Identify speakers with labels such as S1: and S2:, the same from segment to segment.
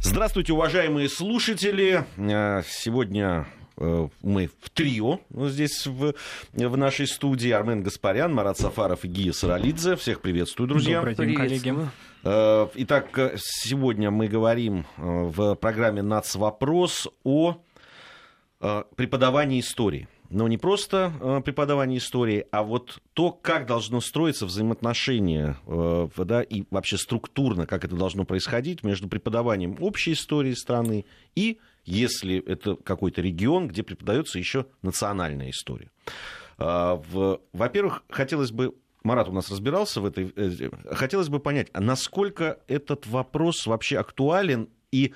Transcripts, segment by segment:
S1: Здравствуйте, уважаемые слушатели. Сегодня мы в трио здесь в нашей студии. Армен Гаспарян, Марат Сафаров и Гия Саралидзе. Всех приветствую, друзья.
S2: Добрый день, коллеги.
S1: Итак, сегодня мы говорим в программе «Нацвопрос» о преподавании истории. Но не просто преподавание истории, а вот то, как должно строиться взаимоотношения, да, и вообще структурно, как это должно происходить между преподаванием общей истории страны и, если это какой-то регион, где преподается еще национальная история. Во-первых, хотелось бы, Марат у нас разбирался в этой, хотелось бы понять, а насколько этот вопрос вообще актуален и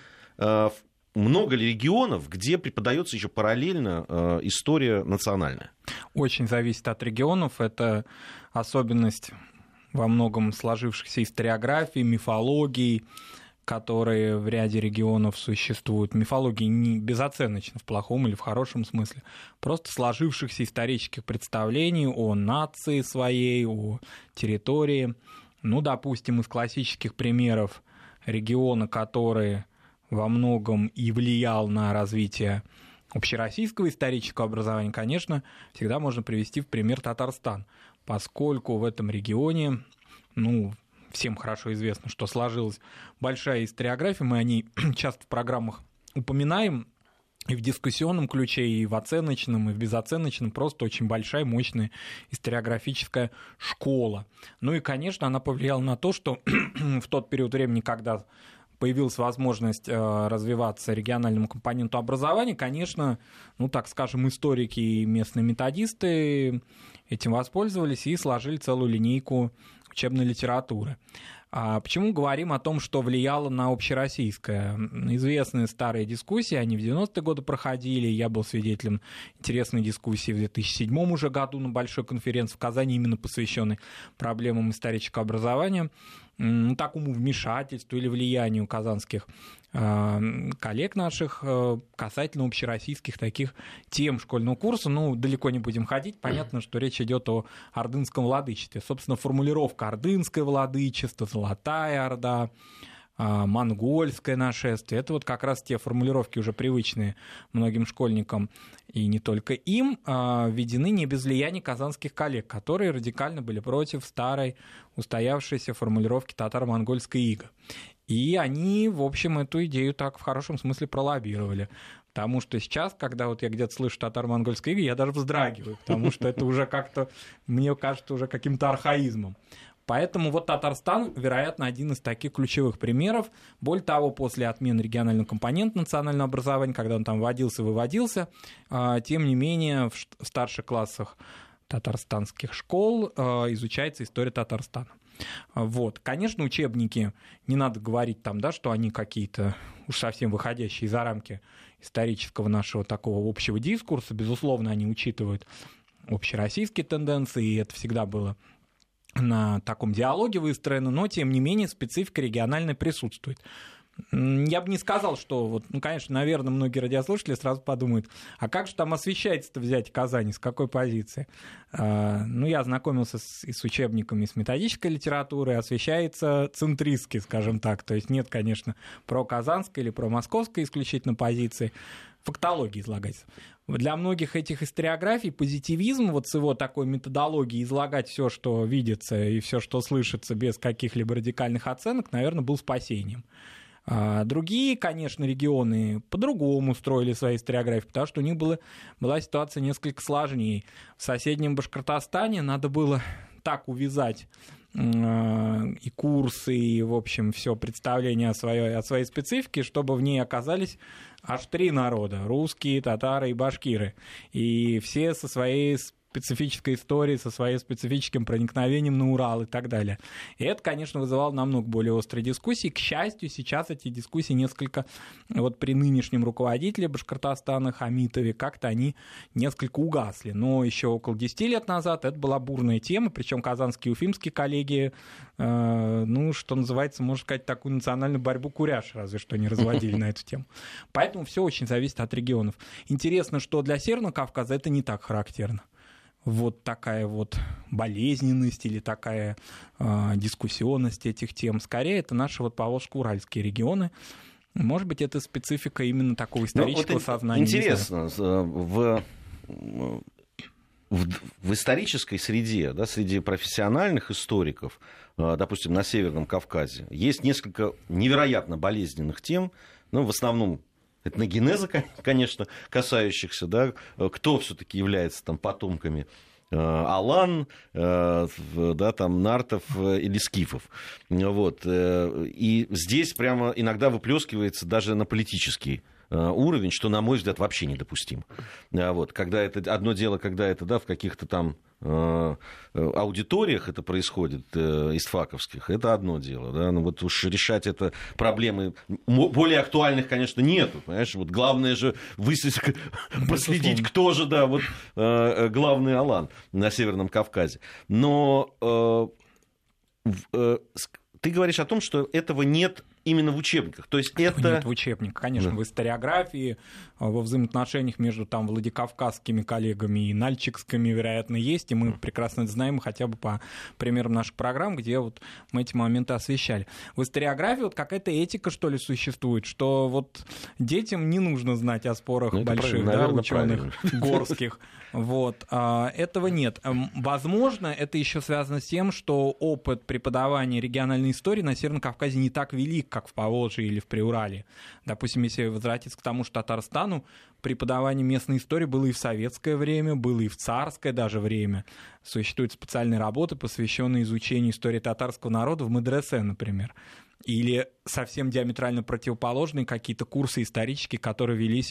S1: много ли регионов, где преподается еще параллельно история национальная?
S2: Очень зависит от регионов. Это особенность во многом сложившихся историографий, мифологий, которые в ряде регионов существуют. Мифологии не безоценочно в плохом или в хорошем смысле. Просто сложившихся исторических представлений о нации своей, о территории. Ну, допустим, из классических примеров региона, которые во многом и влиял на развитие общероссийского исторического образования, конечно, всегда можно привести в пример Татарстан, поскольку в этом регионе, всем хорошо известно, что сложилась большая историография, мы о ней часто в программах упоминаем, и в дискуссионном ключе, и в оценочном, и в безоценочном, просто очень большая, мощная историографическая школа. Ну и, конечно, она повлияла на то, что в тот период времени, когда появилась возможность развиваться региональному компоненту образования, конечно, так скажем, историки и местные методисты этим воспользовались и сложили целую линейку учебной литературы. Почему говорим о том, что влияло на общероссийское? Известные старые дискуссии, они в 90-е годы проходили, я был свидетелем интересной дискуссии в 2007 уже году на большой конференции в Казани, именно посвященной проблемам исторического образования, такому вмешательству или влиянию казанских коллег наших касательно общероссийских таких тем школьного курса. Далеко не будем ходить. Понятно, что речь идет о ордынском владычестве. Собственно, формулировка «ордынское владычество», «золотая орда», монгольское нашествие. Это вот как раз те формулировки, уже привычные многим школьникам, и не только им, введены не без влияния казанских коллег, которые радикально были против старой устоявшейся формулировки татаро-монгольской ига. И они, в общем, эту идею так в хорошем смысле пролоббировали. Потому что сейчас, когда вот я где-то слышу татаро-монгольское иго, я даже вздрагиваю, потому что это уже как-то, мне кажется, уже каким-то архаизмом. Поэтому вот Татарстан, вероятно, один из таких ключевых примеров. Более того, после отмены регионального компонента национального образования, когда он там вводился, выводился, тем не менее в старших классах татарстанских школ изучается история Татарстана. Вот. Конечно, учебники, не надо говорить там, да, что они какие-то уж совсем выходящие за рамки исторического нашего такого общего дискурса. Безусловно, они учитывают общероссийские тенденции, и это всегда было на таком диалоге выстроено, но, тем не менее, специфика региональная присутствует. Я бы не сказал, что, конечно, наверное, многие радиослушатели сразу подумают, а как же там освещается-то взять Казань, с какой позиции? Я ознакомился с учебниками, с методической литературой, освещается центристски, скажем так, то есть нет, конечно, про казанской или про московской исключительно позиции, фактологии излагается. Для многих этих историографий позитивизм вот с его такой методологией излагать все, что видится и все, что слышится без каких-либо радикальных оценок, наверное, был спасением. Другие, конечно, регионы по-другому строили свои историографии, потому что у них была ситуация несколько сложнее. В соседнем Башкортостане надо было так увязать и курсы, и, в общем, все представление о своей специфике, чтобы в ней оказались аж 3 народа: русские, татары и башкиры. И все со своей специфической историей, со своим специфическим проникновением на Урал и так далее. И это, конечно, вызывало намного более острые дискуссии. К счастью, сейчас эти дискуссии несколько, при нынешнем руководителе Башкортостана Хамитове, как-то они несколько угасли. Но еще около 10 лет назад это была бурная тема, причем казанские и уфимские коллеги, что называется, можно сказать, такую национальную борьбу куряш разве что не разводили на эту тему. Поэтому все очень зависит от регионов. Интересно, что для Северного Кавказа это не так характерно. Вот такая вот болезненность или такая дискуссионность этих тем. Скорее, это наши Поволжско-Уральские регионы, Может быть, это специфика именно такого исторического сознания.
S1: Интересно, в исторической среде, да, среди профессиональных историков, допустим, на Северном Кавказе, есть несколько невероятно болезненных тем, ну, в основном этногенеза, конечно, касающихся, да, кто все-таки является там потомками алан, да, там, нартов или скифов. Вот. И здесь прямо иногда выплескивается даже на политический уровень, что, на мой взгляд, вообще недопустимо. Вот. Когда это одно дело, когда это, да, в каких-то там аудиториях это происходит, истфаковских, это одно дело. Да? Ну, вот уж решать это проблемы более актуальных, конечно, нету. Понимаешь? Вот главное же выяснить, проследить, кто же, да, вот, главный алан на Северном Кавказе. Но ты говоришь о том, что этого нет именно в учебниках. То есть это...
S2: Нет в учебниках, конечно, в историографии, во взаимоотношениях между там владикавказскими коллегами и нальчикскими, вероятно, есть, и мы прекрасно это знаем хотя бы по примерам наших программ, где вот мы эти моменты освещали. В историографии вот какая-то этика, что ли, существует, что вот детям не нужно знать о спорах больших, да, ученых горских. Вот. Этого нет. Возможно, это еще связано с тем, что опыт преподавания региональной истории на Северном Кавказе не так велик, как в Поволжье или в Приурале. Допустим, если возвратиться к тому, что Татарстану преподавание местной истории было и в советское время, было и в царское даже время. Существуют специальные работы, посвященные изучению истории татарского народа в медресе, например. Или совсем диаметрально противоположные какие-то курсы исторические, которые велись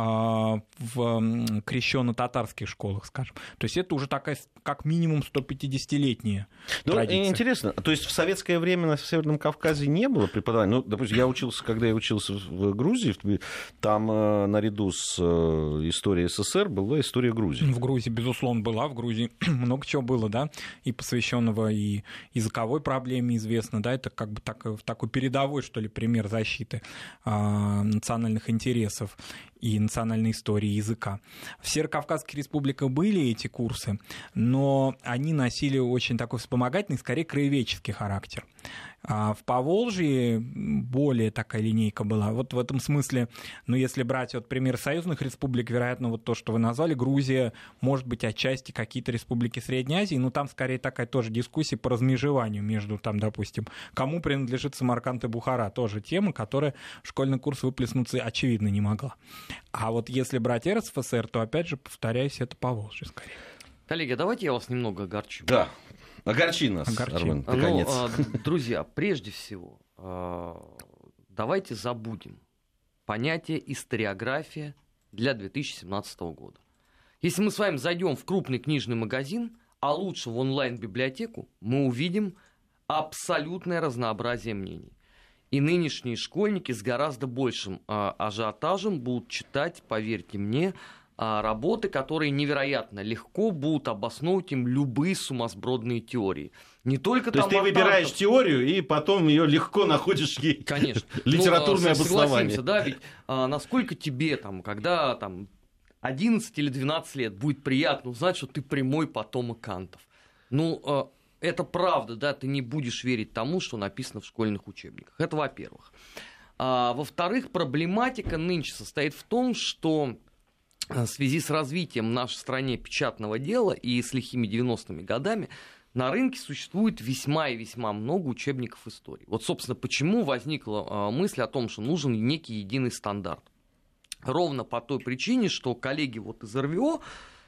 S2: в крещено-татарских школах, скажем. То есть это уже такая, как минимум, 150-летняя традиция.
S1: Интересно, то есть в советское время на Северном Кавказе не было преподавания? Ну, допустим, когда я учился в Грузии, там наряду с историей СССР была история Грузии.
S2: В Грузии, безусловно, была. В Грузии много чего было, да, и посвященного и языковой проблеме известно, да, это как бы такой передовой, что ли, пример защиты национальных интересов и национальной истории языка. В Северокавказской республике были эти курсы, но они носили очень такой вспомогательный, скорее краеведческий характер. А в Поволжье более такая линейка была. Вот в этом смысле, ну, если брать вот пример союзных республик, вероятно, вот то, что вы назвали, Грузия, может быть, отчасти какие-то республики Средней Азии, но там скорее такая тоже дискуссия по размежеванию между, там, допустим, кому принадлежит Самарканд и Бухара. Тоже тема, которая в школьный курс выплеснуться, очевидно, не могла. А вот если брать РСФСР, то, опять же, повторяюсь, это Поволжье скорее.
S3: Коллеги, давайте я вас немного огорчу.
S1: Да. Огорчи нас, Армен, наконец.
S3: Друзья, прежде всего, давайте забудем понятие историография для 2017 года. Если мы с вами зайдем в крупный книжный магазин, а лучше в онлайн-библиотеку, мы увидим абсолютное разнообразие мнений. И нынешние школьники с гораздо большим ажиотажем будут читать, поверьте мне, работы, которые невероятно легко будут обосновывать им любые сумасбродные теории. Не только
S1: то есть ты выбираешь теорию и потом ее легко находишь ей.
S3: Конечно.
S1: Литературное обоснование.
S3: Согласимся, да, ведь насколько тебе, там, когда там, 11 или 12 лет будет приятно узнать, что ты прямой потомок Кантов. Ну, это правда, да, ты не будешь верить тому, что написано в школьных учебниках. Это во-первых. Во-вторых, проблематика нынче состоит в том, что в связи с развитием в нашей стране печатного дела и с лихими 90-ми годами на рынке существует весьма и весьма много учебников истории. Вот, собственно, почему возникла мысль о том, что нужен некий единый стандарт. Ровно по той причине, что коллеги вот из РВО,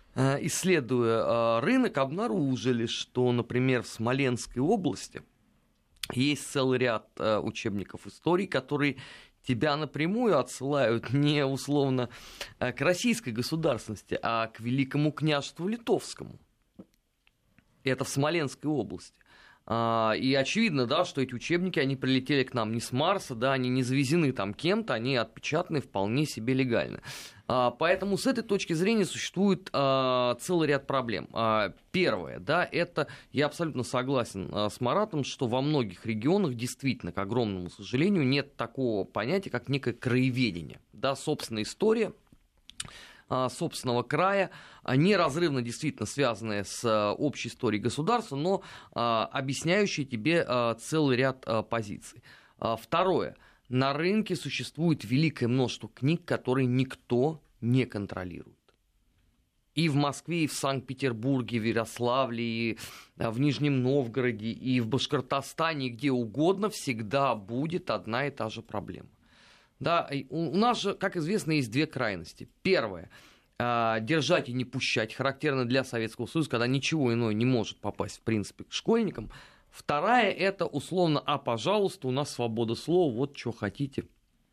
S3: исследуя рынок, обнаружили, что, например, в Смоленской области есть целый ряд учебников истории, которые тебя напрямую отсылают не условно к российской государственности, а к Великому княжеству Литовскому. Это в Смоленской области. И очевидно, да, что эти учебники, они прилетели к нам не с Марса, да, они не завезены там кем-то, они отпечатаны вполне себе легально. Поэтому с этой точки зрения существует целый ряд проблем. Первое, да, это, я абсолютно согласен с Маратом, что во многих регионах действительно, к огромному сожалению, нет такого понятия, как некое краеведение, да, собственная история собственного края, неразрывно действительно связанная с общей историей государства, но объясняющая тебе целый ряд позиций. Второе. На рынке существует великое множество книг, которые никто не контролирует. И в Москве, и в Санкт-Петербурге, в Ярославле, и в Нижнем Новгороде, и в Башкортостане, и где угодно всегда будет одна и та же проблема. Да, у нас же, как известно, есть две крайности. Первое – держать и не пущать, характерно для Советского Союза, когда ничего иное не может попасть, в принципе, к школьникам. Вторая – это условно, пожалуйста, у нас свобода слова, вот что хотите,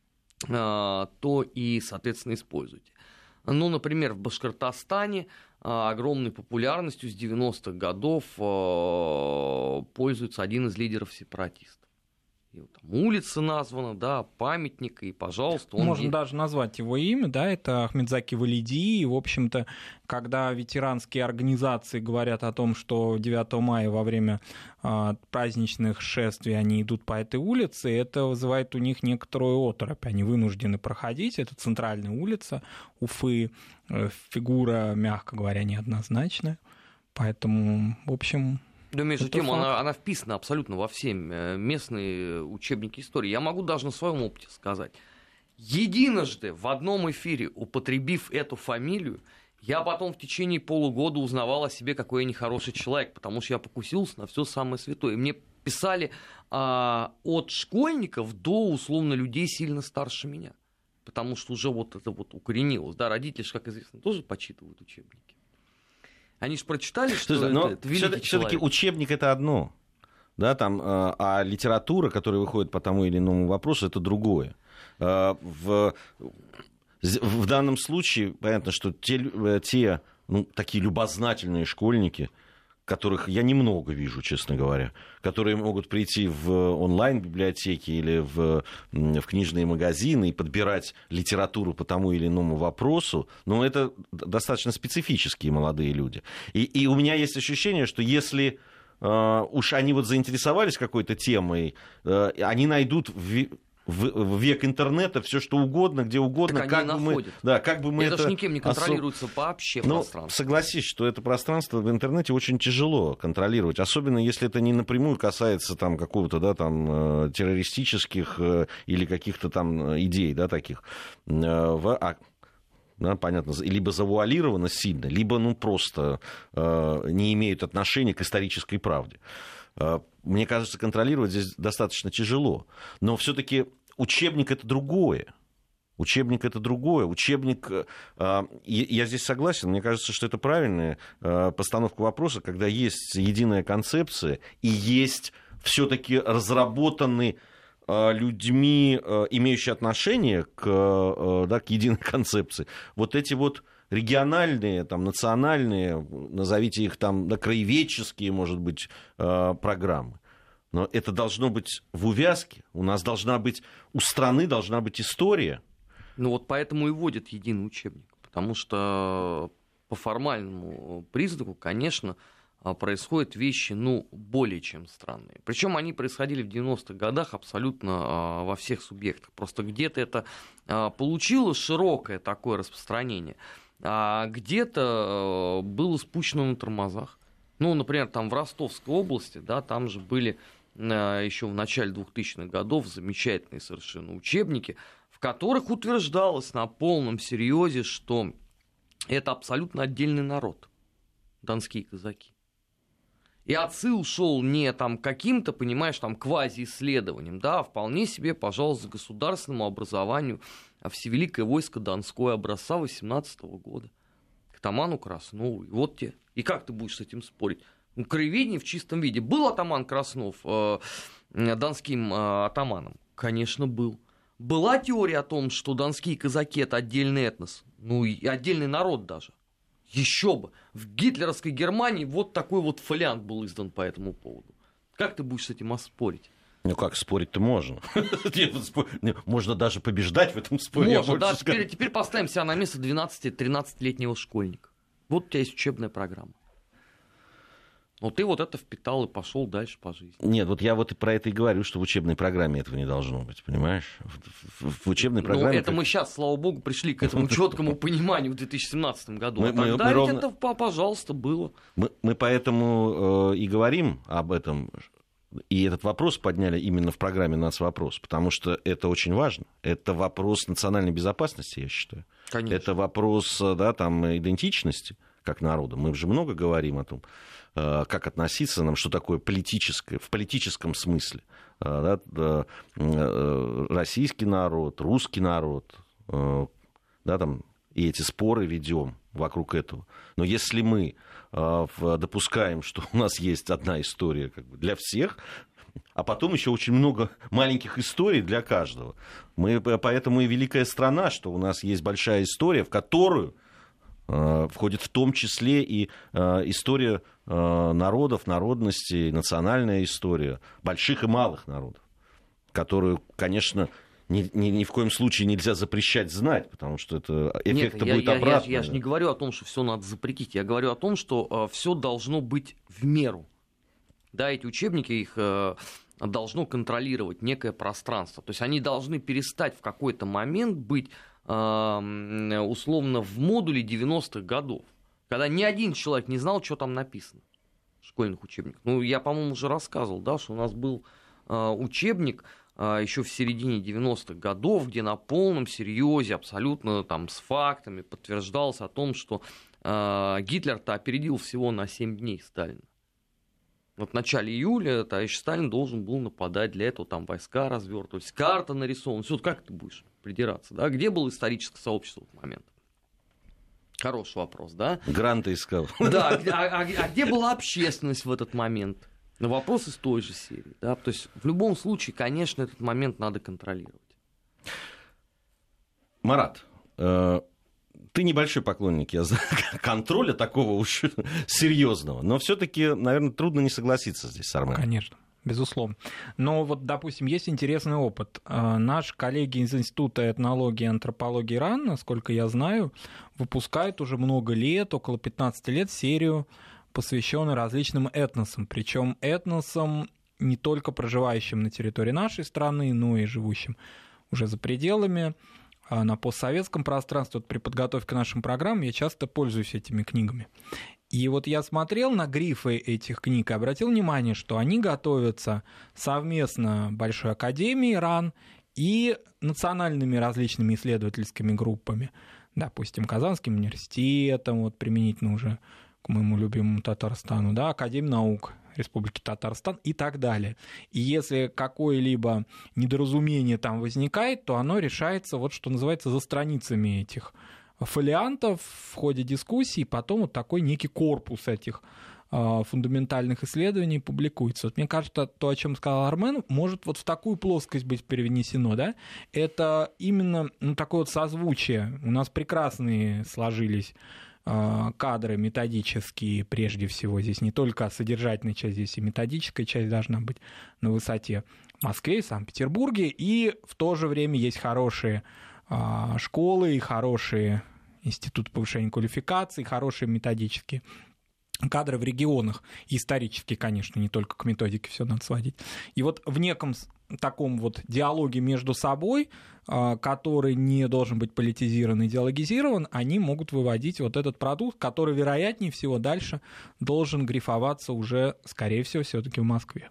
S3: то и, соответственно, используйте. Ну, например, в Башкортостане огромной популярностью с 90-х годов пользуется один из лидеров сепаратистов. И вот там улица названа, да, памятник, и, пожалуйста...
S2: Можно даже назвать его имя, да, это Ахмедзаки Валиди, и, в общем-то, когда ветеранские организации говорят о том, что 9 мая во время праздничных шествий они идут по этой улице, это вызывает у них некоторую оторопь, они вынуждены проходить, это центральная улица Уфы, фигура, мягко говоря, неоднозначная, поэтому, в общем...
S3: Да, между тем, она вписана абсолютно во все местные учебники истории. Я могу даже на своем опыте сказать. Единожды в одном эфире, употребив эту фамилию, я потом в течение полугода узнавал о себе, какой я нехороший человек, потому что я покусился на все самое святое. И мне писали от школьников до, условно, людей сильно старше меня. Потому что уже вот это вот укоренилось. Да, родители же, как известно, тоже почитывают учебники. Они же прочитали, что это великий человек.
S1: Все-таки учебник — это одно, да, там, а литература, которая выходит по тому или иному вопросу, это другое. В данном случае понятно, что те такие любознательные школьники, которых я немного вижу, честно говоря, которые могут прийти в онлайн-библиотеки или в книжные магазины и подбирать литературу по тому или иному вопросу, но это достаточно специфические молодые люди. И у меня есть ощущение, что если уж они вот заинтересовались какой-то темой, они найдут в век интернета все что угодно, где угодно,
S3: так
S1: как бы мы
S3: это же никем не контролируется вообще пространство.
S1: Согласись, что это пространство в интернете очень тяжело контролировать, особенно если это не напрямую касается там какого-то, да, там террористических или каких-то там идей, да, таких. Да, понятно, либо завуалировано сильно, либо просто не имеют отношения к исторической правде. Мне кажется, контролировать здесь достаточно тяжело. Но все-таки учебник — это другое. Учебник — это другое. Учебник... Я здесь согласен. Мне кажется, что это правильная постановка вопроса, когда есть единая концепция и есть все-таки разработанный людьми, имеющие отношение к единой концепции, вот эти вот региональные, там, национальные, назовите их там, краеведческие, может быть, программы. Но это должно быть в увязке. У нас у страны должна быть история.
S3: Ну вот поэтому и вводят единый учебник. Потому что по формальному признаку, конечно, происходят вещи, более чем странные. Причем они происходили в 90-х годах абсолютно во всех субъектах. Просто где-то это получило широкое такое распространение, а где-то было спущено на тормозах. Например, там в Ростовской области, да, там же были еще в начале 2000-х годов замечательные совершенно учебники, в которых утверждалось на полном серьезе, что это абсолютно отдельный народ, донские казаки. И отсыл шел не там каким-то, понимаешь, там квази-исследованием, да, а вполне себе, пожалуйста, государственному образованию Всевеликое войско Донское образца 18 года. К атаману Краснову. И вот тебе. И как ты будешь с этим спорить? Краеведение в чистом виде. Был атаман Краснов донским атаманом? Конечно, был. Была теория о том, что донские казаки — это отдельный этнос. И отдельный народ даже. Еще бы. В гитлеровской Германии вот такой вот фолиант был издан по этому поводу. Как ты будешь с этим спорить?
S1: Как спорить-то можно. Можно даже побеждать в этом споре.
S3: Можно, да. Теперь поставим себя на место 12-13-летнего школьника. Вот у тебя есть учебная программа. Ты вот это впитал и пошел дальше по жизни.
S1: Нет, вот я вот и про это и говорю, что в учебной программе этого не должно быть, понимаешь? В учебной программе...
S3: это мы сейчас, слава богу, пришли к этому четкому пониманию в 2017 году. Тогда это, пожалуйста, было.
S1: Мы поэтому и говорим об этом, И этот вопрос подняли именно в программе «Нацвопрос», потому что это очень важно. Это вопрос национальной безопасности, я считаю.
S3: Конечно.
S1: Это вопрос, да, там, идентичности как народа. Мы же много говорим о том, как относиться нам, что такое политическое, в политическом смысле. Да, российский народ, русский народ, да, там, и эти споры ведем вокруг этого. Но если мы допускаем, что у нас есть одна история как бы для всех, а потом еще очень много маленьких историй для каждого. Мы поэтому и великая страна, что у нас есть большая история, в которую входит в том числе и история народов, народностей, национальная история больших и малых народов, которую, конечно, ни в коем случае нельзя запрещать знать, потому что это эффект будет обратный.
S3: Я же не говорю о том, что все надо запретить. Я говорю о том, что все должно быть в меру. Да, эти учебники, их должно контролировать некое пространство. То есть они должны перестать в какой-то момент быть условно в модуле 90-х годов, когда ни один человек не знал, что там написано в школьных учебниках. Ну, я, по-моему, уже рассказывал, да, что у нас был учебник еще в середине 90-х годов, где на полном серьезе, абсолютно там с фактами подтверждалось о том, что Гитлер-то опередил всего на 7 дней Сталина. Вот в начале июля товарищ Сталин должен был нападать, для этого там войска развертывались, карта нарисована. Все, как ты будешь придираться, да? Где было историческое сообщество в этот момент? Хороший вопрос, да?
S1: Гранты искал.
S3: Да, а где была общественность в этот момент? Но вопрос из той же серии, да? То есть в любом случае, конечно, этот момент надо контролировать.
S1: Марат, ты небольшой поклонник, я знаю, контроля такого уж серьезного, но все-таки, наверное, трудно не согласиться здесь с Арменом.
S2: Конечно, безусловно. Но вот, допустим, есть интересный опыт. Наши коллеги из Института этнологии и антропологии РАН, насколько я знаю, выпускают уже много лет, около 15 лет, серию, посвященную различным этносам. Причем этносам не только проживающим на территории нашей страны, но и живущим уже за пределами, на постсоветском пространстве. Вот при подготовке к нашим программам я часто пользуюсь этими книгами. И вот я смотрел на грифы этих книг и обратил внимание, что они готовятся совместно Большой академией РАН и национальными различными исследовательскими группами. Допустим, Казанским университетом, вот применительно уже к моему любимому Татарстану, да, Академия наук Республики Татарстан и так далее. И если какое-либо недоразумение там возникает, то оно решается, вот что называется, за страницами этих фолиантов в ходе дискуссии, потом вот такой некий корпус этих фундаментальных исследований публикуется. Вот мне кажется, то, о чем сказал Армен, может вот в такую плоскость быть перенесено, да? Это именно такое вот созвучие. У нас прекрасные сложились кадры методические, прежде всего. Здесь не только содержательная часть, здесь и методическая часть должна быть на высоте в Москве и Санкт-Петербурге. И в то же время есть хорошие школы и хорошие институты повышения квалификации, хорошие методические кадры в регионах. Исторически, конечно, не только к методике все надо сводить. И вот в неком таком вот диалоге между собой, который не должен быть политизирован, идеологизирован, они могут выводить вот этот продукт, который, вероятнее всего, дальше должен грифоваться уже, скорее всего, все-таки в Москве.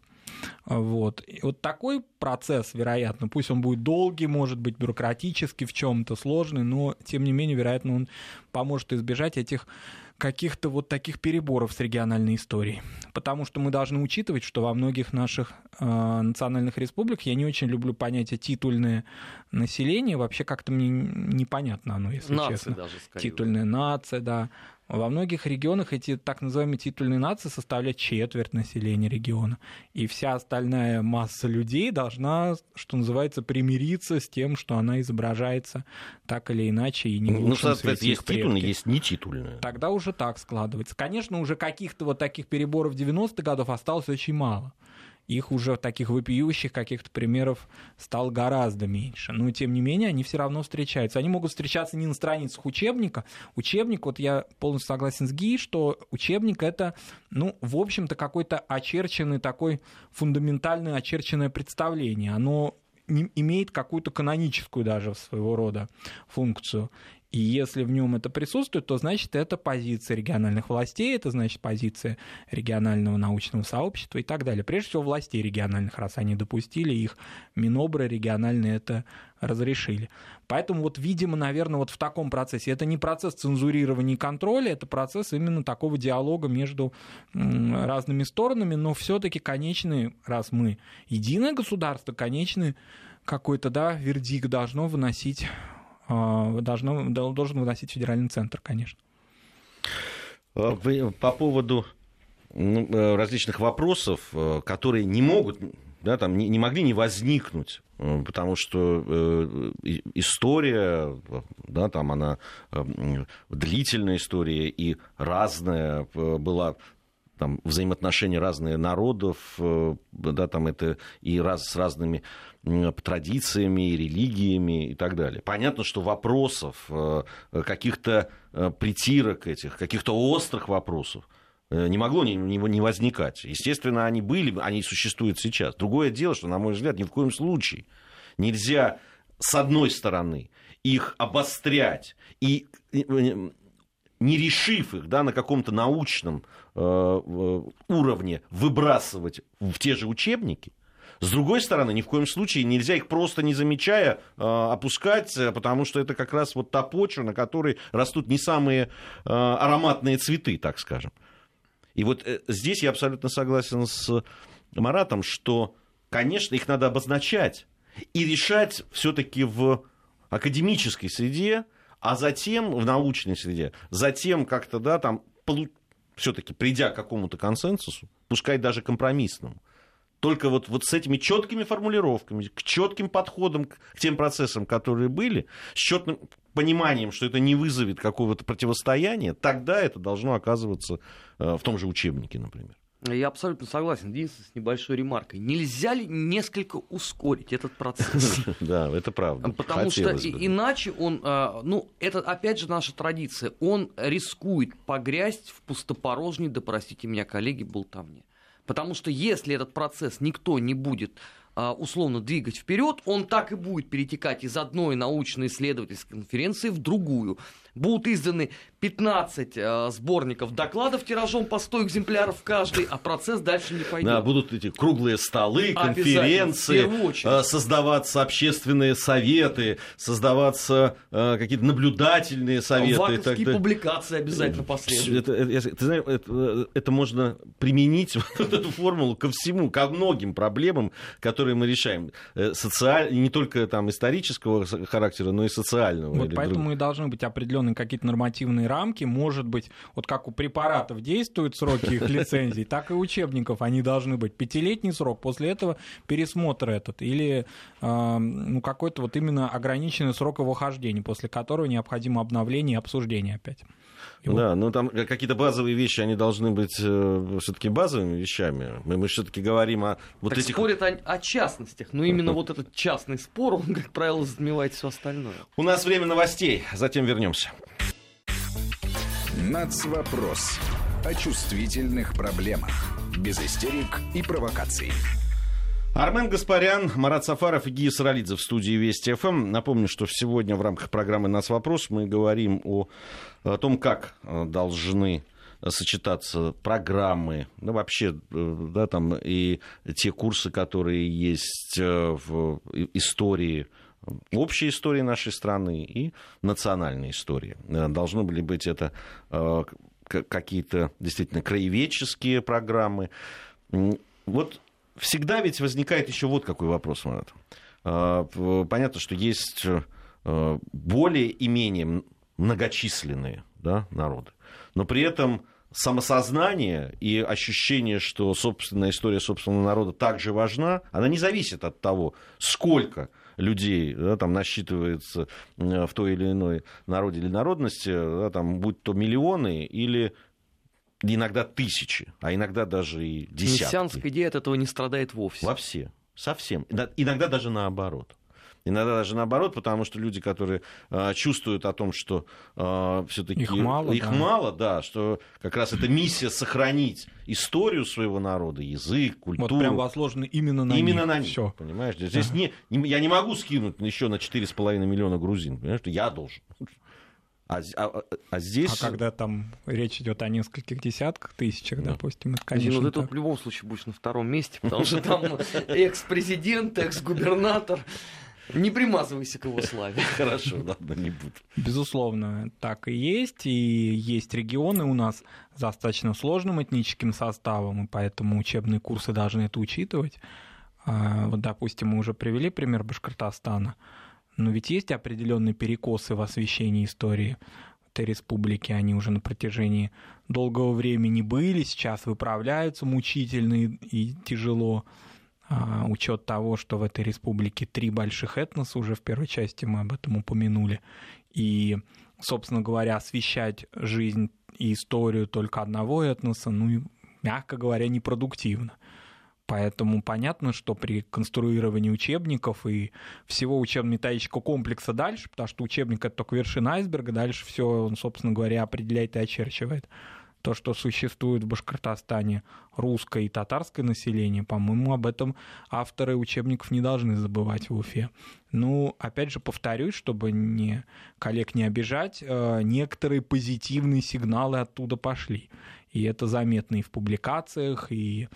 S2: Вот. И вот такой процесс, вероятно, пусть он будет долгий, может быть, бюрократический, в чем-то сложный, но, тем не менее, вероятно, он поможет избежать этих каких-то вот таких переборов с региональной историей. Потому что мы должны учитывать, что во многих наших национальных республиках, я не очень люблю понятие титульное население, вообще как-то мне непонятно оно, если
S3: нации
S2: честно.
S3: Даже, скорее.
S2: Титульная нация, да. Во многих регионах эти так называемые титульные нации составляют четверть населения региона. И вся остальная масса людей должна, что называется, примириться с тем, что она изображается так или иначе и не в лучшем свете их
S1: есть титульная, есть нетитульная.
S2: Тогда уже так складывается. Конечно, уже каких-то вот таких переборов 90-х годов осталось очень мало. Их уже таких вопиющих каких-то примеров стало гораздо меньше. Но, тем не менее, они все равно встречаются. Они могут встречаться не на страницах учебника. Учебник, вот я полностью согласен с Ги, что учебник — это, в общем-то, какой-то очерченный такой фундаментальное очерченное представление. Оно имеет какую-то каноническую даже своего рода функцию. И если в нем это присутствует, то значит это позиция региональных властей, это значит позиция регионального научного сообщества и так далее. Прежде всего властей региональных, раз они допустили, их Минобры региональные это разрешили. Поэтому вот, видимо, наверное, вот в таком процессе. Это не процесс цензурирования и контроля, это процесс именно такого диалога между разными сторонами, но все-таки конечный, раз мы единое государство, конечный какой-то, да, вердикт должен выносить федеральный центр, конечно.
S1: По поводу различных вопросов, которые не могут, да, там, не могли не возникнуть, потому что история, да, там она длительная история и разная была. Там взаимоотношения разных народов, да, там это и с разными традициями, и религиями и так далее. Понятно, что вопросов, каких-то притирок этих, каких-то острых вопросов не могло не возникать. Естественно, они были, они существуют сейчас. Другое дело, что, на мой взгляд, ни в коем случае нельзя, с одной стороны, их обострять и, не решив их, да, на каком-то научном уровне, выбрасывать в те же учебники. С другой стороны, ни в коем случае нельзя их просто не замечая опускать, потому что это как раз вот та почва, на которой растут не самые ароматные цветы, так скажем. И вот здесь я абсолютно согласен с Маратом, что, конечно, их надо обозначать и решать все-таки в академической среде, а затем в научной среде, затем как-то, да, там, все-таки придя к какому-то консенсусу, пускай даже компромиссному, только вот с этими четкими формулировками, к четким подходам к тем процессам, которые были, с четким пониманием, что это не вызовет какого-то противостояния, тогда это должно оказываться в том же учебнике, например.
S3: Я абсолютно согласен. Единственное, с небольшой ремаркой. Нельзя ли несколько ускорить этот процесс?
S1: Да, это правда.
S3: Потому что иначе он, это опять же наша традиция, он рискует погрязть в пустопорожней, да простите меня, коллеги, болтовне. Потому что если этот процесс никто не будет условно двигать вперед, он так и будет перетекать из одной научно-исследовательской конференции в другую. Будут изданы 15 сборников докладов тиражом по 100 экземпляров каждый, а процесс дальше не пойдет.
S1: Да, будут эти круглые столы, конференции, создаваться общественные советы, создаваться какие-то наблюдательные советы.
S3: Ваковские публикации обязательно последуют.
S1: Ты знаешь, это можно применить, вот эту формулу, ко всему, ко многим проблемам, которые мы решаем. Не только там исторического характера, но и социального.
S2: Вот поэтому и должны быть определенные какие-то нормативные рамки. Может быть, вот как у препаратов действуют сроки их лицензий, так и учебников. Они должны быть 5-летний срок, после этого пересмотр этот. Или какой-то вот именно ограниченный срок его хождения, после которого необходимо обновление и обсуждение опять.
S1: Да, но там какие-то базовые вещи, они должны быть все-таки базовыми вещами. Мы все-таки говорим о вот
S3: так
S1: этих...
S3: спорят о частностях, но именно вот этот частный спор, он, как правило, затмевает все остальное.
S1: У нас время новостей, затем вернемся.
S4: Нацвопрос. О чувствительных проблемах. Без истерик и провокаций.
S1: Армен Гаспарян, Марат Сафаров и Гия Саралидзе в студии Вести ФМ. Напомню, что сегодня в рамках программы «Нацвопрос» мы говорим о том, как должны сочетаться программы, вообще, да, там и те курсы, которые есть в истории, общей истории нашей страны и национальной истории. Должны были быть это какие-то действительно краеведческие программы. Вот всегда ведь возникает еще вот какой вопрос, Марат. Понятно, что есть более и менее многочисленные, да, народы, но при этом самосознание и ощущение, что собственная история собственного народа также важна, она не зависит от того, сколько людей, да, там насчитывается в той или иной народе или народности, да, там, будь то миллионы или иногда тысячи, а иногда даже и десятки.
S3: Мессианская идея от этого не страдает вовсе.
S1: Вообще, совсем. Иногда даже наоборот. Иногда даже наоборот, потому что люди, которые чувствуют о том, что все-таки
S2: их мало,
S1: да, что как раз эта миссия сохранить историю своего народа, язык, культуру.
S2: Вот прям возложено именно на них.
S1: Всё. Понимаешь? Здесь я не могу скинуть еще на 4,5 миллиона грузин. Понимаешь, что я должен. Здесь...
S2: А когда там речь идет о нескольких десятках тысячах, допустим, это, конечно,
S3: ну, ты тут в любом случае будешь на втором месте, потому что там экс-президент, экс-губернатор. Не примазывайся к его славе.
S1: Хорошо, ладно, не буду.
S2: Безусловно, так и есть регионы у нас с достаточно сложным этническим составом, и поэтому учебные курсы должны это учитывать. Вот, допустим, мы уже привели пример Башкортостана, но ведь есть определенные перекосы в освещении истории этой республики, они уже на протяжении долгого времени были, сейчас выправляются мучительно и тяжело. Учет того, что в этой республике 3 больших этноса, уже в первой части мы об этом упомянули, и, собственно говоря, освещать жизнь и историю только одного этноса, ну, мягко говоря, непродуктивно. Поэтому понятно, что при конструировании учебников и всего учебно-методического комплекса дальше, потому что учебник — это только вершина айсберга, дальше все он, собственно говоря, определяет и очерчивает. То, что существует в Башкортостане русское и татарское население, по-моему, об этом авторы учебников не должны забывать в Уфе. Ну, опять же, повторюсь, чтобы коллег не обижать, некоторые позитивные сигналы оттуда пошли. И это заметно и в публикациях, и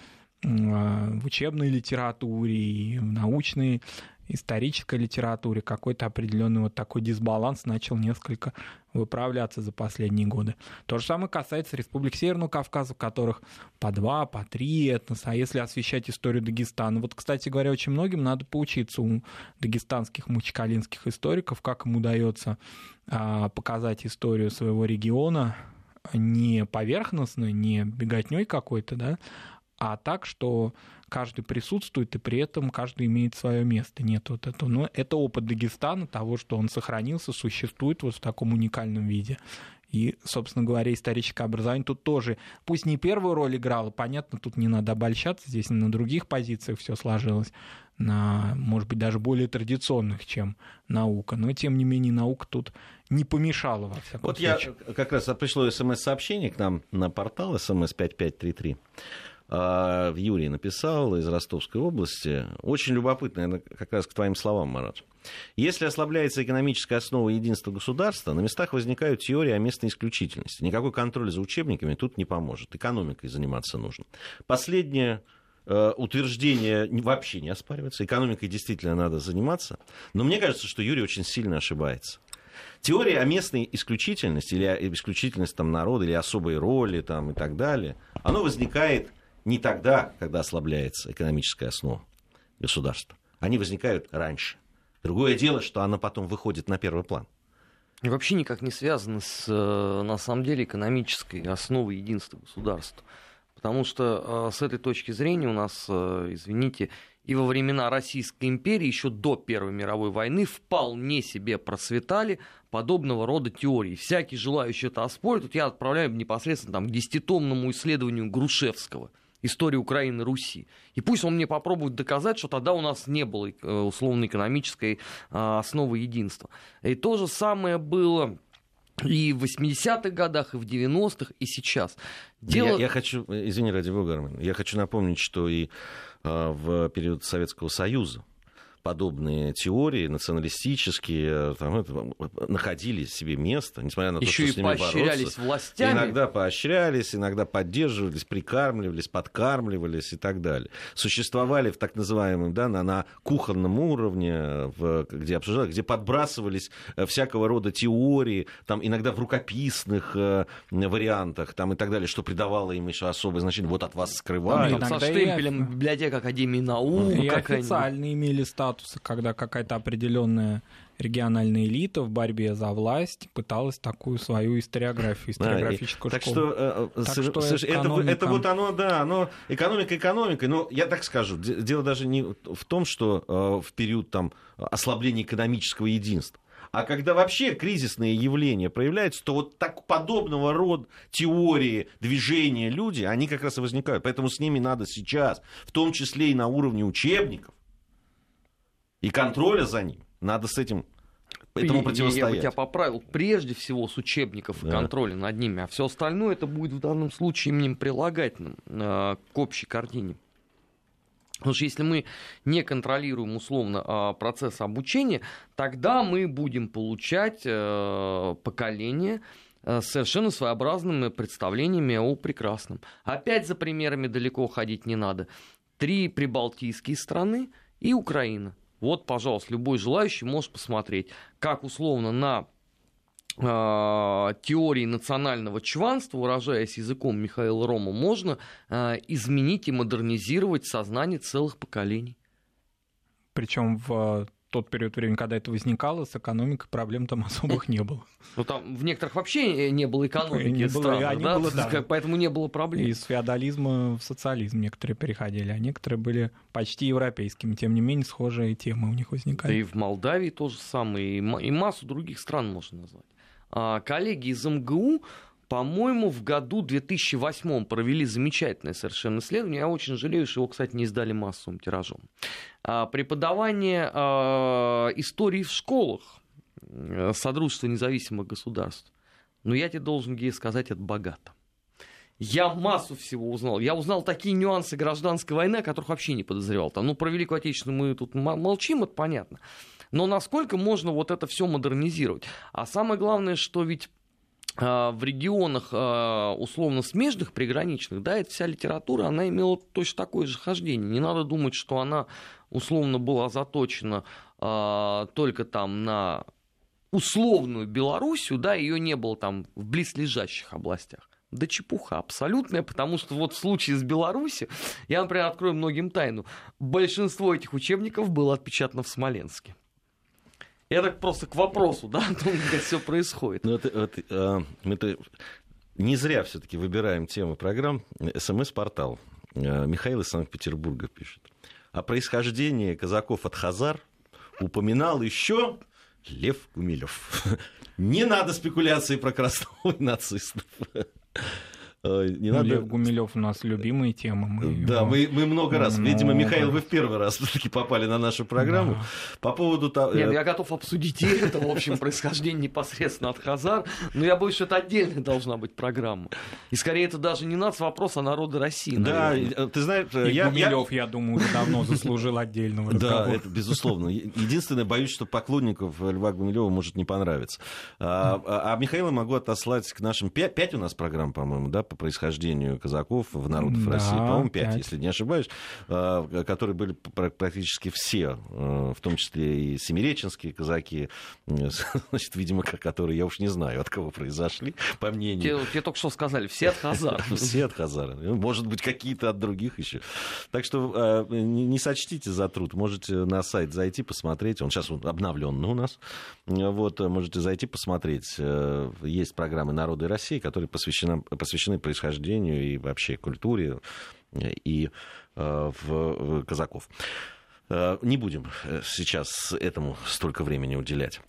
S2: в учебной литературе, и в научной, исторической литературе. Какой-то определенный вот такой дисбаланс начал несколько выправляться за последние годы. То же самое касается республик Северного Кавказа, в которых по 2, по 3 этноса. А если освещать историю Дагестана? Вот, кстати говоря, очень многим надо поучиться у дагестанских махачкалинских историков, как им удается показать историю своего региона не поверхностно, не беготней какой-то, да, а так, что каждый присутствует, и при этом каждый имеет свое место. Нет вот этого. Но это опыт Дагестана, того, что он сохранился, существует вот в таком уникальном виде. И, собственно говоря, историческое образование тут тоже, пусть не первую роль играло, понятно, тут не надо обольщаться, здесь на других позициях все сложилось, на, может быть, даже более традиционных, чем наука. Но, тем не менее, наука тут не помешала, во всяком случае.
S1: Вот я как раз пришло СМС-сообщение к нам на портал СМС-5533. Юрий написал из Ростовской области. Очень любопытно, как раз к твоим словам, Марат. Если ослабляется экономическая основа единства государства, на местах возникают теории о местной исключительности. Никакой контроль за учебниками тут не поможет. Экономикой заниматься нужно. Последнее утверждение вообще не оспаривается. Экономикой действительно надо заниматься. Но мне кажется, что Юрий очень сильно ошибается. Теория о местной исключительности, или исключительности там, народа, или особой роли там, и так далее, она возникает не тогда, когда ослабляется экономическая основа государства. Они возникают раньше. Другое дело, что она потом выходит на первый план.
S3: И вообще никак не связано с, на самом деле, экономической основой единства государства. Потому что с этой точки зрения у нас, извините, и во времена Российской империи, еще до Первой мировой войны, вполне себе процветали подобного рода теории. Всякий желающий это оспорить, вот я отправляю непосредственно там, к 10-томному исследованию Грушевского «История Украины и Руси». И пусть он мне попробует доказать, что тогда у нас не было условно-экономической основы единства. И то же самое было и в 80-х годах, и в 90-х, и сейчас.
S1: Я хочу, извини, ради бога, Армен, я хочу напомнить, что и в период Советского Союза подобные теории националистические там, находили себе место, несмотря на то, что с ними бороться. Еще и поощрялись
S3: властями.
S1: Иногда поощрялись, иногда поддерживались, прикармливались, подкармливались и так далее. Существовали в так называемом, да, на кухонном уровне, где обсуждали, где подбрасывались всякого рода теории, там, иногда в рукописных вариантах там, и так далее, что придавало им еще особое значение. Вот от вас скрывают.
S3: Со штемпелем библиотека Академии наук.
S2: И официально имели статусы, когда какая-то определенная региональная элита в борьбе за власть пыталась такую свою историографию, историографическую школу.
S1: Так что это вот оно, да, оно экономика экономикой, но я так скажу, дело даже не в том, что в период там ослабления экономического единства, а когда вообще кризисные явления проявляются, то вот так подобного рода теории, движения, люди, они как раз и возникают. Поэтому с ними надо сейчас, в том числе и на уровне учебников, и контроля за ним, надо с этим противостоять.
S3: Я бы тебя поправил, прежде всего с учебников и контроля над ними, а все остальное это будет в данном случае им прилагательным к общей картине. Потому что если мы не контролируем условно процесс обучения, тогда мы будем получать поколение с совершенно своеобразными представлениями о прекрасном. Опять за примерами далеко ходить не надо. 3 прибалтийские страны и Украина. Вот, пожалуйста, любой желающий может посмотреть, как условно на теории национального чванства, выражаясь языком Михаила Рома, можно изменить и модернизировать сознание целых поколений.
S2: Причем в тот период времени, когда это возникало, с экономикой проблем там особых не было.
S3: Ну, там в некоторых вообще не было экономики стран, поэтому не было проблем.
S2: Из феодализма в социализм некоторые переходили, а некоторые были почти европейскими. Тем не менее, схожие темы у них возникали.
S3: Да и в Молдавии то же самое, и массу других стран можно назвать. Коллеги из МГУ, по-моему, в году 2008 провели замечательное совершенно исследование. Я очень жалею, что его, кстати, не издали массовым тиражом. Преподавание истории в школах Содружества независимых государств. Но я тебе должен, Гея, сказать, это богато. Я массу всего узнал. Я узнал такие нюансы гражданской войны, о которых вообще не подозревал. Там, про Великую Отечественную мы тут молчим, это понятно. Но насколько можно вот это все модернизировать? А самое главное, что ведь в регионах условно смежных, приграничных, да, эта вся литература, она имела точно такое же хождение. Не надо думать, что она условно была заточена только там на условную Белоруссию, да, ее не было там в близлежащих областях. Да чепуха абсолютная, потому что вот в случае с Беларусью, я, например, открою многим тайну, большинство этих учебников было отпечатано в Смоленске. Это просто к вопросу, да, о том, как все происходит.
S1: Мы-то не зря все-таки выбираем темы программ. СМС-портал. Михаил из Санкт-Петербурга пишет. О происхождении казаков от хазар упоминал еще Лев Гумилев. Не надо спекуляции про красного и нацистов.
S2: Лев Гумилев у нас любимая тема.
S1: Мы много раз. Видимо, Михаил, вы в первый раз все-таки попали на нашу программу.
S2: Да.
S1: По поводу того...
S3: Нет, я готов обсудить и это, в общем, происхождение непосредственно от хазар, но я боюсь, что это отдельная должна быть программа. И скорее это даже не вопрос, а народа России.
S1: Да,
S3: наверное.
S1: ты знаешь...
S2: Гумилев, я думаю, уже давно заслужил отдельного разговора.
S1: Да, это безусловно. Единственное, боюсь, что поклонников Льва Гумилева может не понравиться. А Михаила могу отослать к нашим... 5 у нас программ, по-моему, да, по происхождению казаков в народов России, по-моему, 5, если не ошибаюсь, которые были практически все, в том числе и семиреченские казаки, значит, видимо, которые, я уж не знаю, от кого произошли, по мнению...
S3: Тебе только что сказали, все от хазар.
S1: Все от хазар. Может быть, какие-то от других еще. Так что не сочтите за труд. Можете на сайт зайти, посмотреть. Он сейчас обновленный у нас. Вот, можете зайти, посмотреть. Есть программы «Народы России», которые посвящены происхождению и вообще культуре и в казаков. Не будем сейчас этому столько времени уделять.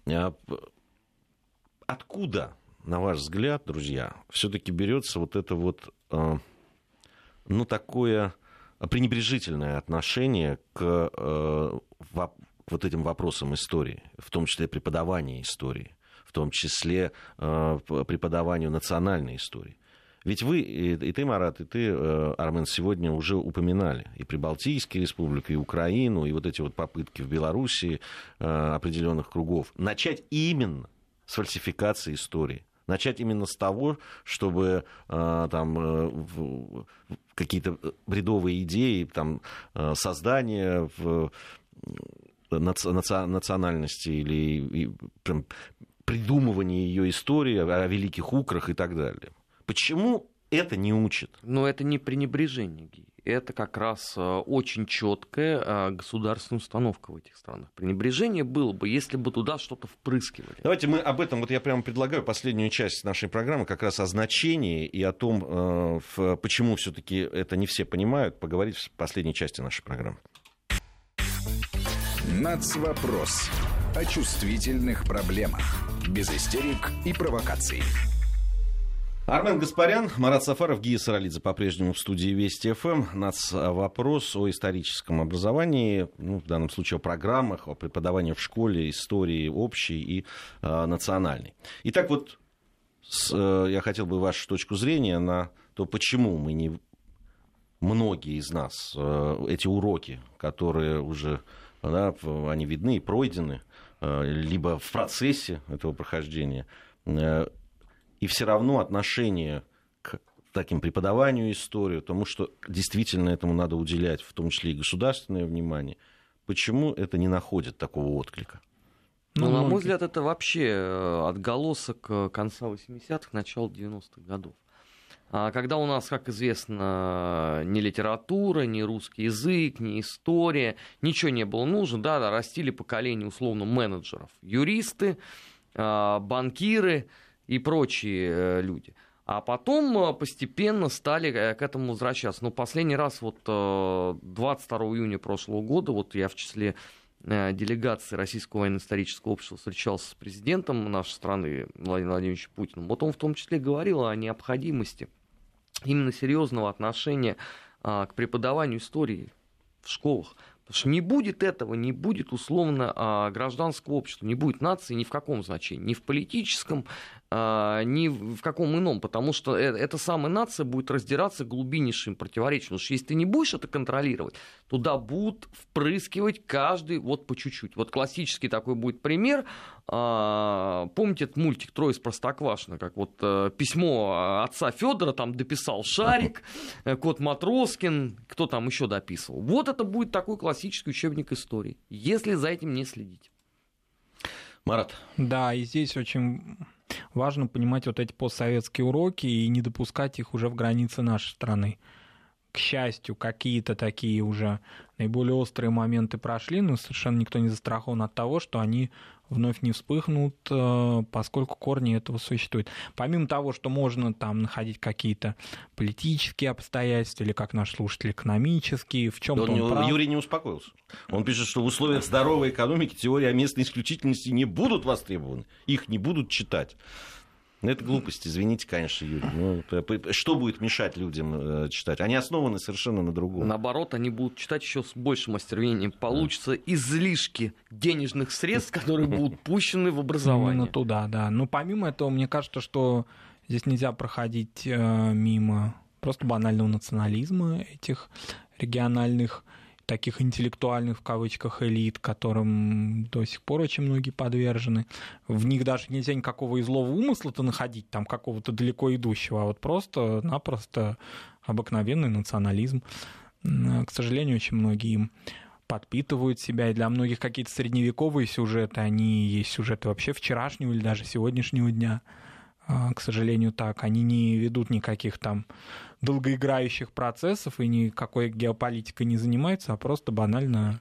S1: Откуда, на ваш взгляд, друзья, все-таки берется вот это вот, ну, такое пренебрежительное отношение к вот этим вопросам истории, в том числе преподавания истории, в том числе преподаванию национальной истории? Ведь вы, и ты, Марат, и ты, Армен, сегодня уже упоминали и Прибалтийские республики, и Украину, и вот эти вот попытки в Белоруссии определенных кругов начать именно с фальсификации истории. Начать именно с того, чтобы там какие-то бредовые идеи, там, создания национальности или прям, придумывание ее истории о великих украх и так далее. Почему это не учат?
S3: Но это не пренебрежение, Гей. Это как раз очень четкая государственная установка в этих странах. Пренебрежение было бы, если бы туда что-то впрыскивали.
S1: Давайте мы об этом, вот я прямо предлагаю последнюю часть нашей программы, как раз о значении и о том, почему все-таки это не все понимают, поговорить в последней части нашей программы.
S4: Нацвопрос. О чувствительных проблемах. Без истерик и провокаций.
S1: Армен Гаспарян, Марат Сафаров, Гия Саралидзе по-прежнему в студии Вести ФМ. Вопрос о историческом образовании, ну, в данном случае о программах, о преподавании в школе истории общей и национальной. Итак, вот я хотел бы вашу точку зрения на то, почему мы многие из нас эти уроки, которые уже, да, они видны и пройдены, либо в процессе этого прохождения, и все равно отношение к таким преподаванию истории, тому, что действительно этому надо уделять, в том числе и государственное внимание, почему это не находит такого отклика?
S3: Ну, на мой взгляд, это вообще отголосок конца 80-х, начала 90-х годов. Когда у нас, как известно, ни литература, ни русский язык, ни история, ничего не было нужно, да, растили поколение условно менеджеров, юристы, банкиры и прочие люди. А потом постепенно стали к этому возвращаться. Но последний раз, вот 22 июня прошлого года, вот я в числе делегации Российского военно-исторического общества встречался с президентом нашей страны Владимиром Владимировичем Путиным. Вот он в том числе говорил о необходимости именно серьезного отношения к преподаванию истории в школах. Потому что не будет этого, не будет условно гражданского общества, не будет нации ни в каком значении, ни в политическом, ни в каком ином, потому что эта самая нация будет раздираться глубиннейшим противоречием. Потому что если ты не будешь это контролировать, туда будут впрыскивать каждый вот по чуть-чуть. Вот классический такой будет пример. Помните этот мультик «Трое из Простоквашино», как вот письмо отца Федора там дописал Шарик, Кот Матроскин, кто там еще дописывал. Вот это будет такой классический учебник истории, если за этим не следить.
S1: Марат.
S2: Да, и здесь очень важно понимать вот эти постсоветские уроки и не допускать их уже в границы нашей страны. К счастью, какие-то такие уже наиболее острые моменты прошли, но совершенно никто не застрахован от того, что они вновь не вспыхнут, поскольку корни этого существуют. Помимо того, что можно там находить какие-то политические обстоятельства, или, как наш слушатель, экономические, в чем-то он прав.
S1: Юрий не успокоился. Он пишет, что в условиях здоровой экономики теории о местной исключительности не будут востребованы, их не будут читать. Это глупость, извините, конечно, Юрий. Ну, что будет мешать людям читать? Они основаны совершенно на другом.
S3: Наоборот, они будут читать еще с большим остервенением. Получатся излишки денежных средств, которые будут пущены в образование.
S2: Именно туда, да. Но помимо этого, мне кажется, что здесь нельзя проходить мимо просто банального национализма этих региональных, таких интеллектуальных, в кавычках, элит, которым до сих пор очень многие подвержены. В них даже нельзя никакого и злого умысла-то находить, там какого-то далеко идущего, а вот просто-напросто обыкновенный национализм. К сожалению, очень многие им подпитывают себя, и для многих какие-то средневековые сюжеты, они есть сюжеты вообще вчерашнего или даже сегодняшнего дня. К сожалению, так. Они не ведут никаких там долгоиграющих процессов и никакой геополитикой не занимаются, а просто банально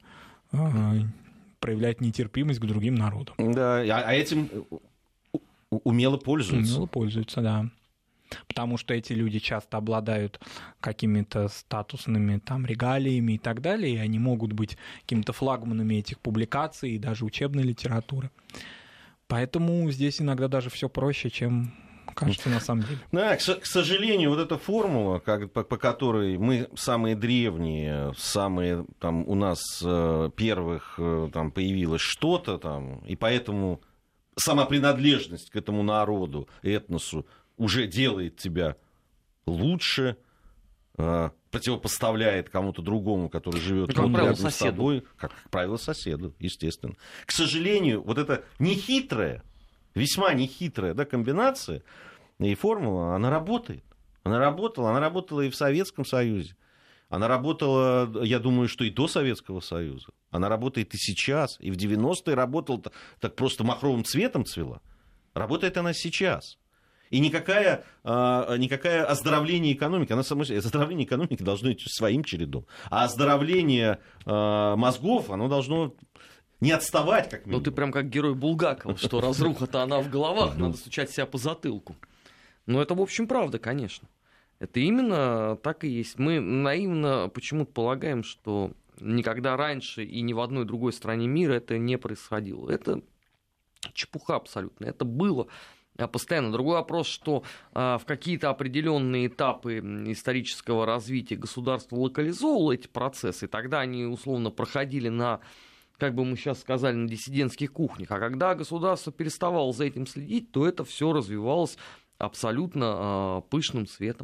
S2: проявляют нетерпимость к другим народам.
S1: Да, а этим умело пользуются.
S2: Умело пользуются, да. Потому что эти люди часто обладают какими-то статусными там регалиями и так далее, и они могут быть какими-то флагманами этих публикаций и даже учебной литературы. Поэтому здесь иногда даже все проще, чем кажется на самом деле.
S1: Да, к сожалению, вот эта формула, по которой мы самые древние, самые там у нас первых там появилось что-то там, и поэтому сама принадлежность к этому народу, этносу уже делает тебя лучше, противопоставляет кому-то другому, который живет рядом с тобой, как правило, соседу, естественно. К сожалению, вот эта нехитрая, весьма нехитрая, да, комбинация и формула, она работает. Она работала и в Советском Союзе. Она работала, я думаю, что и до Советского Союза. Она работает и сейчас, и в 90-е работала, так просто махровым цветом цвела. Работает она сейчас. И никакое оздоровление экономики, оздоровление экономики должно идти своим чередом. А оздоровление мозгов, оно должно не отставать, как минимум.
S3: Ну, ты прям как герой Булгакова, что разруха-то она в головах, надо стучать себя по затылку. Ну, это, в общем, правда, конечно. Это именно так и есть. Мы наивно почему-то полагаем, что никогда раньше и ни в одной другой стране мира это не происходило. Это чепуха абсолютно. Это было постоянно. Другой вопрос, что в какие-то определенные этапы исторического развития государство локализовывало эти процессы, и тогда они условно проходили на, как бы мы сейчас сказали, на диссидентских кухнях. А когда государство переставало за этим следить, то это все развивалось абсолютно пышным цветом.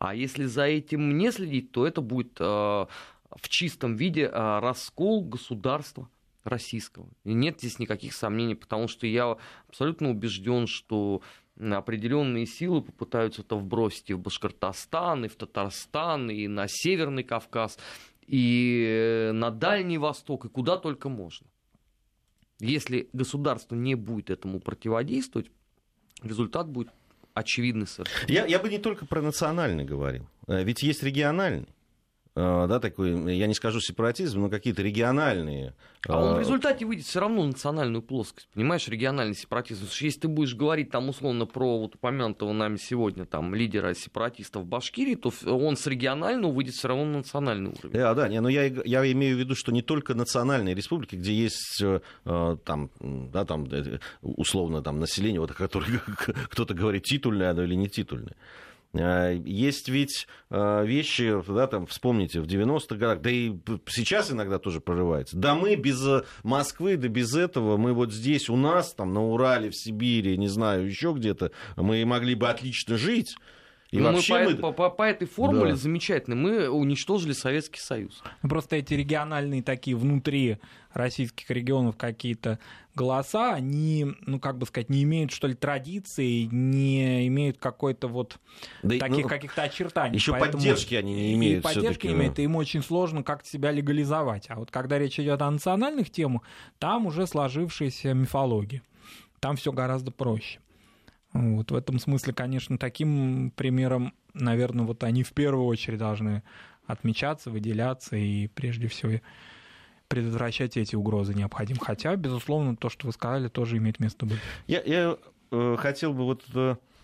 S3: А если за этим не следить, то это будет в чистом виде раскол государства российского. И нет здесь никаких сомнений, потому что я абсолютно убежден, что определенные силы попытаются это вбросить и в Башкортостан, и в Татарстан, и на Северный Кавказ, и на Дальний Восток, и куда только можно. Если государство не будет этому противодействовать, результат будет очевидный совершенно.
S1: Я бы не только про национальный говорил, ведь есть региональный. Да, такой, я не скажу сепаратизм, но какие-то региональные.
S3: А он в результате выйдет все равно в национальную плоскость, понимаешь, региональный сепаратизм. Потому что если ты будешь говорить там условно про вот упомянутого нами сегодня там лидера сепаратистов в Башкирии, то он с регионального выйдет все равно на национальный уровень.
S1: Да, но я имею в виду, что не только национальные республики, где есть там, да, там, условно там, население, вот, которое кто-то говорит титульное или не титульное. Есть ведь вещи, да, там, вспомните, в 90-х годах, да и сейчас иногда тоже прорывается. Да мы без Москвы, да без этого, мы вот здесь у нас, там, на Урале, в Сибири, не знаю, еще где-то, мы могли бы отлично жить. И вообще
S3: по этой формуле замечательно, мы уничтожили Советский Союз.
S2: Просто эти региональные такие внутри российских регионов какие-то голоса, они, ну как бы сказать, не имеют, что ли, традиции, не имеют какой-то вот таких каких-то очертаний.
S1: Еще поддержки они не имеют.
S2: И поддержки не имеют, и им очень сложно как-то себя легализовать. А вот когда речь идет о национальных темах, там уже сложившаяся мифология. Там все гораздо проще. Вот, в этом смысле, конечно, таким примером, наверное, вот они в первую очередь должны отмечаться, выделяться и прежде всего предотврачать эти угрозы необходимо. Хотя, безусловно, то, что вы сказали, тоже имеет место быть.
S1: Я хотел бы вот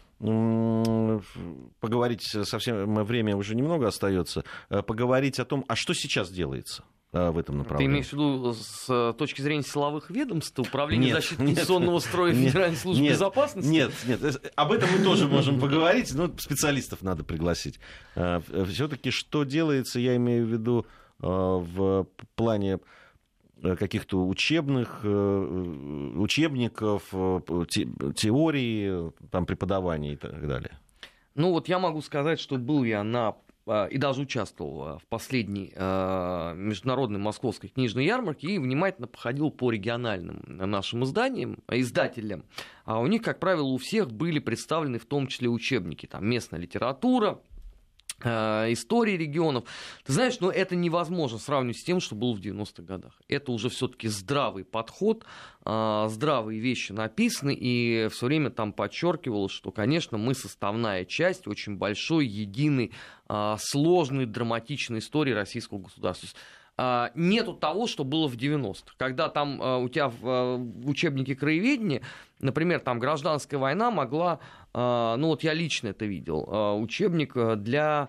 S1: поговорить, совсем время уже немного остается, поговорить о том, а что сейчас делается в этом направлении.
S3: Ты имеешь в виду с точки зрения силовых ведомств, управления защиты конституционного строя Федеральной службы безопасности?
S1: Нет, об этом мы тоже можем поговорить, но специалистов надо пригласить. Все-таки что делается, я имею в виду в плане каких-то учебников, теории, там, преподавания и так далее.
S3: Ну вот я могу сказать, что был я и даже участвовал в последней международной московской книжной ярмарке и внимательно походил по региональным нашим издателям. А у них, как правило, у всех были представлены в том числе учебники. Там местная литература, истории регионов. Ты знаешь, но это невозможно сравнивать с тем, что было в 90-х годах. Это уже все-таки здравый подход, здравые вещи написаны, и все время там подчеркивалось, что, конечно, мы составная часть очень большой, единой, сложной, драматичной истории российского государства. Нету того, что было в 90-х, когда там у тебя в учебнике краеведения, например, там гражданская война могла, ну вот я лично это видел, учебник для,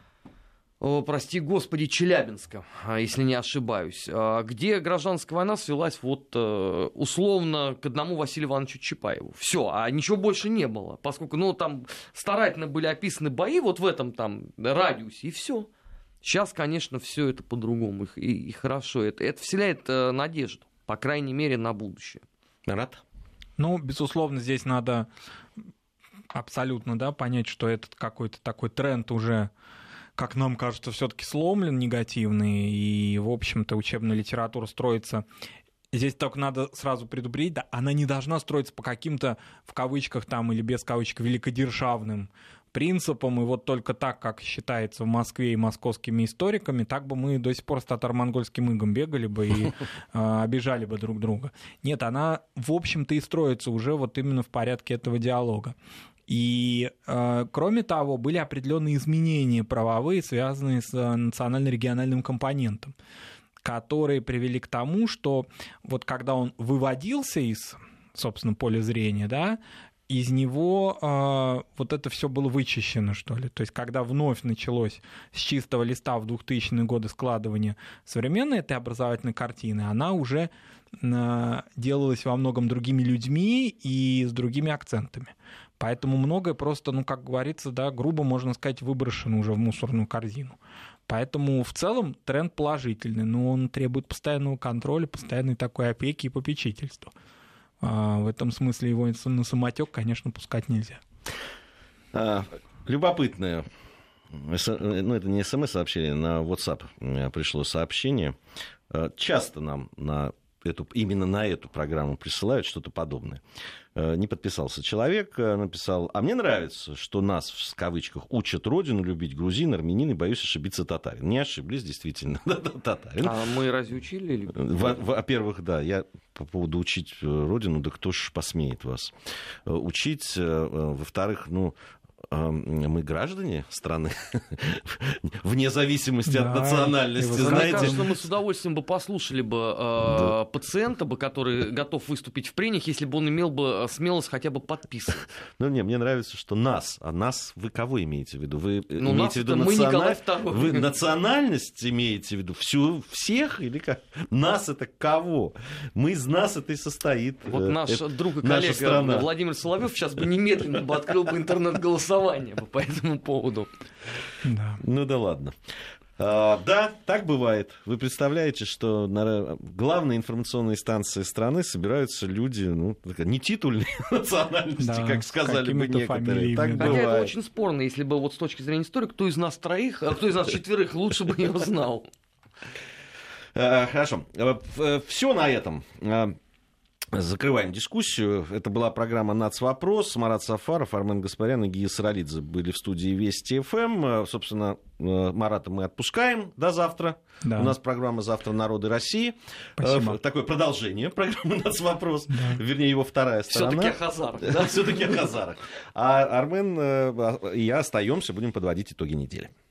S3: прости господи, Челябинска, если не ошибаюсь, где гражданская война свелась вот условно к одному Василию Ивановичу Чапаеву. Все, а ничего больше не было, поскольку, ну, там старательно были описаны бои вот в этом там радиусе, и все. Сейчас, конечно, все это по-другому, и хорошо. Это вселяет надежду, по крайней мере, на будущее.
S1: Марат?
S2: Ну, безусловно, здесь надо абсолютно, да, понять, что этот какой-то такой тренд уже, как нам кажется, все-таки сломлен негативный, и, в общем-то, учебная литература строится. Здесь только надо сразу предупредить, да, она не должна строиться по каким-то, в кавычках там или без кавычек, великодержавным принципам, и вот только так, как считается в Москве и московскими историками, так бы мы до сих пор с татаро-монгольским игом бегали бы и обижали бы друг друга. Нет, она, в общем-то, и строится уже вот именно в порядке этого диалога. И, кроме того, были определенные изменения правовые, связанные с национально-региональным компонентом, которые привели к тому, что вот когда он выводился из, собственно, поля зрения, да, из него вот это все было вычищено, что ли. То есть, когда вновь началось с чистого листа в 2000-е годы складывание современной этой образовательной картины, она уже делалась во многом другими людьми и с другими акцентами. Поэтому многое просто, ну, как говорится, да, грубо можно сказать, выброшено уже в мусорную корзину. Поэтому в целом тренд положительный, но он требует постоянного контроля, постоянной такой опеки и попечительства. В этом смысле его на самотек, конечно, пускать нельзя.
S1: Любопытная Ну, это не СМС-сообщение, на WhatsApp пришло сообщение. Часто нам именно на эту программу присылают что-то подобное. Не подписался человек, написал: а мне нравится, что нас, в кавычках, учат родину любить грузин, армянин и, боюсь ошибиться, татарин. Не ошиблись, действительно, татарин.
S3: А мы разве учили?
S1: Во-первых, да, я по поводу учить родину, да кто ж посмеет вас учить. Во-вторых, мы граждане страны, вне зависимости от национальности, знаете.
S3: Мне кажется, мы с удовольствием бы послушали бы пациента, который готов выступить в прениях, если бы он имел бы смелость хотя бы подписывать.
S1: Мне нравится, что нас. А нас вы кого имеете в виду? Вы имеете в виду
S3: вы
S1: национальность имеете в виду? Всех или как? Нас это кого? Мы из нас это и состоит.
S3: Вот наш друг и коллега Владимир Соловьев сейчас бы немедленно открыл бы интернет-голосование по этому поводу.
S2: Да.
S1: Ну да ладно. Да, так бывает. Вы представляете, что на главной информационной станции страны собираются люди, не титульной национальности, как сказали бы некоторые. Так
S3: Хотя
S1: бывает.
S3: это очень спорно, если бы вот с точки зрения истории, кто из нас троих, кто из нас четверых лучше бы ее знал.
S1: Хорошо. Все на этом. Закрываем дискуссию. Это была программа «Нацвопрос». Марат Сафаров, Армен Гаспарян и Гия Саралидзе были в студии Вести ФМ. Собственно, Марата мы отпускаем до завтра. Да. У нас программа «Завтра. Народы России».
S2: Спасибо.
S1: Такое продолжение программы «Нацвопрос». Да. Вернее, его вторая сторона.
S3: Все-таки о Хазарах. Да?
S1: Все-таки о Хазарах. А Армен и я остаемся, будем подводить итоги недели.